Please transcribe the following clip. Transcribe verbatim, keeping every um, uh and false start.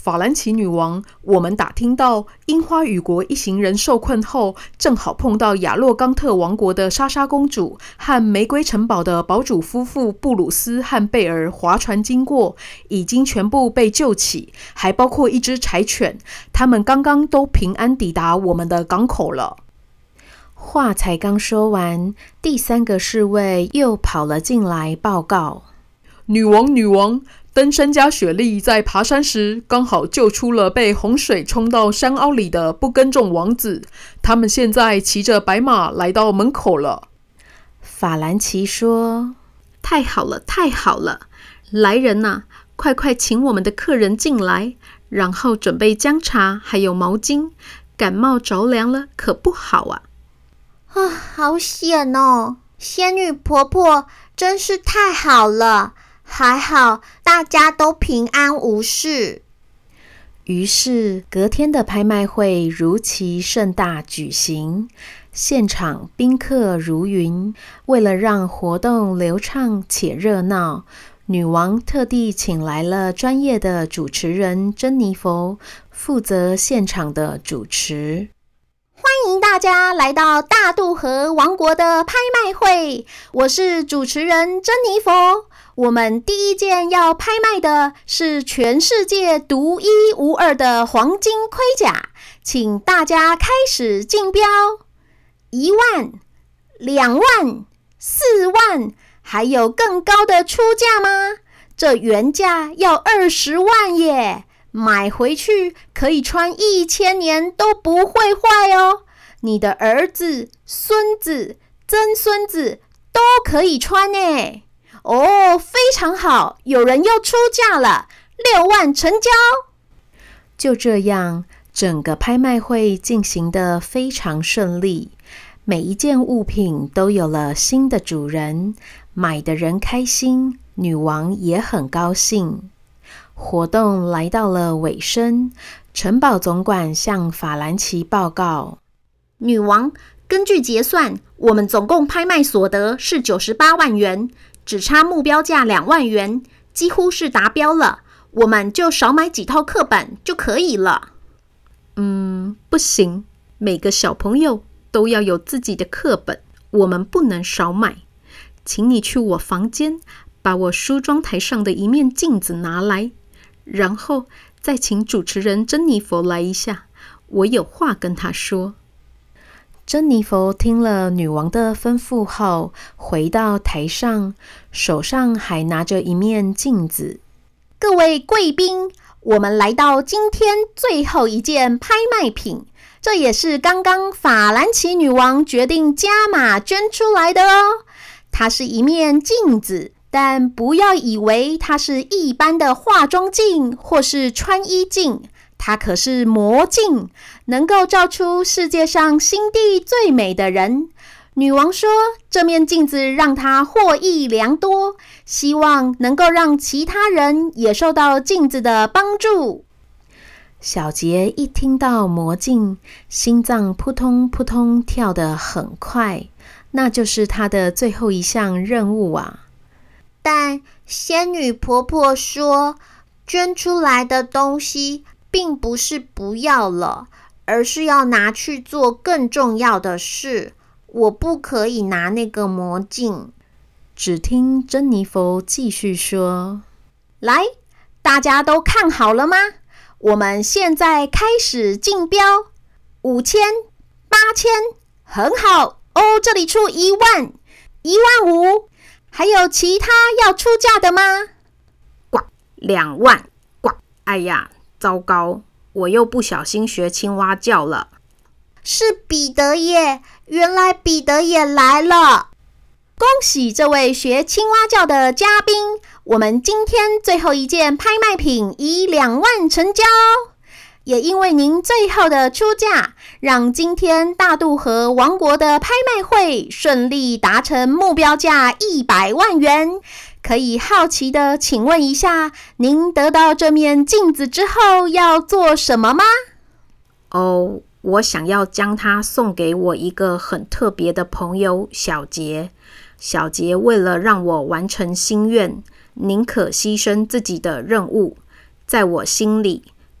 法兰奇女王，我们打听到樱花雨国一行人受困后，正好碰到亚洛冈特王国的莎莎公主和玫瑰城堡的堡主夫妇布鲁斯和贝尔划船经过，已经全部被救起，还包括一只柴犬，他们刚刚都平安抵达我们的港口了。 话才刚说完，第三个侍卫又跑了进来报告： 女王，女王，登山家雪莉在爬山时刚好救出了被洪水冲到山凹里的不耕种王子，他们现在骑着白马来到门口了。 法兰奇说：太好了，太好了！来人啊，快快请我们的客人进来，然后准备姜茶还有毛巾，感冒着凉了可不好啊！ 啊，好险哦！仙女婆婆真是太好了，还好大家都平安无事。 于是隔天的拍卖会如期盛大举行，现场宾客如云。为了让活动流畅且热闹，女王特地请来了专业的主持人珍妮佛，负责现场的主持。 欢迎大家来到大渡河王国的拍卖会，我是主持人珍妮佛。我们第一件要拍卖的是全世界独一无二的黄金盔甲，请大家开始竞标。一万、两万、四万，还有更高的出价吗？这原价要二十万耶！买回去可以穿一千年都不会坏哦。你的儿子、孙子、曾孙子都可以穿呢。哦，非常好，有人又出价了，六万成交。 就这样，整个拍卖会进行得非常顺利，每一件物品都有了新的主人，买的人开心，女王也很高兴。活动来到了尾声，城堡总管向法兰奇报告： 女王，根据结算，我们总共拍卖所得是九十八万元，只差目标价两万元，几乎是达标了。我们就少买几套课本就可以了。 嗯，不行，每个小朋友都要有自己的课本，我们不能少买。请你去我房间，把我梳妆台上的一面镜子拿来，然后再请主持人珍妮佛来一下，我有话跟她说。珍妮佛听了女王的吩咐后，回到台上，手上还拿着一面镜子。 各位贵宾，我们来到今天最后一件拍卖品，这也是刚刚法兰奇女王决定加码捐出来的哦。它是一面镜子，但不要以为它是一般的化妆镜或是穿衣镜，它可是魔镜，能够照出世界上心地最美的人。女王说，这面镜子让她获益良多，希望能够让其他人也受到镜子的帮助。 小杰一听到魔镜，心脏扑通扑通跳得很快，那就是他的最后一项任务啊。 但仙女婆婆说，捐出来的东西并不是不要了，而是要拿去做更重要的事。我不可以拿那个魔镜。 只听珍妮佛继续说： 来，大家都看好了吗？我们现在开始竞标，五千、八千，很好哦。这里出一万、一万五，还有其他要出价的吗？ 呱，两万，呱！哎呀，糟糕，我又不小心学青蛙叫了。 是彼得耶，原来彼得也来了。恭喜这位学青蛙叫的嘉宾，我们今天最后一件拍卖品以两万成交。也因为您最后的出价，让今天大渡河王国的拍卖会顺利达成目标价一百万元。可以好奇的请问一下，您得到这面镜子之后要做什么吗？ 哦，我想要将它送给我一个很特别的朋友小杰。小杰为了让我完成心愿，宁可牺牲自己的任务。在我心里，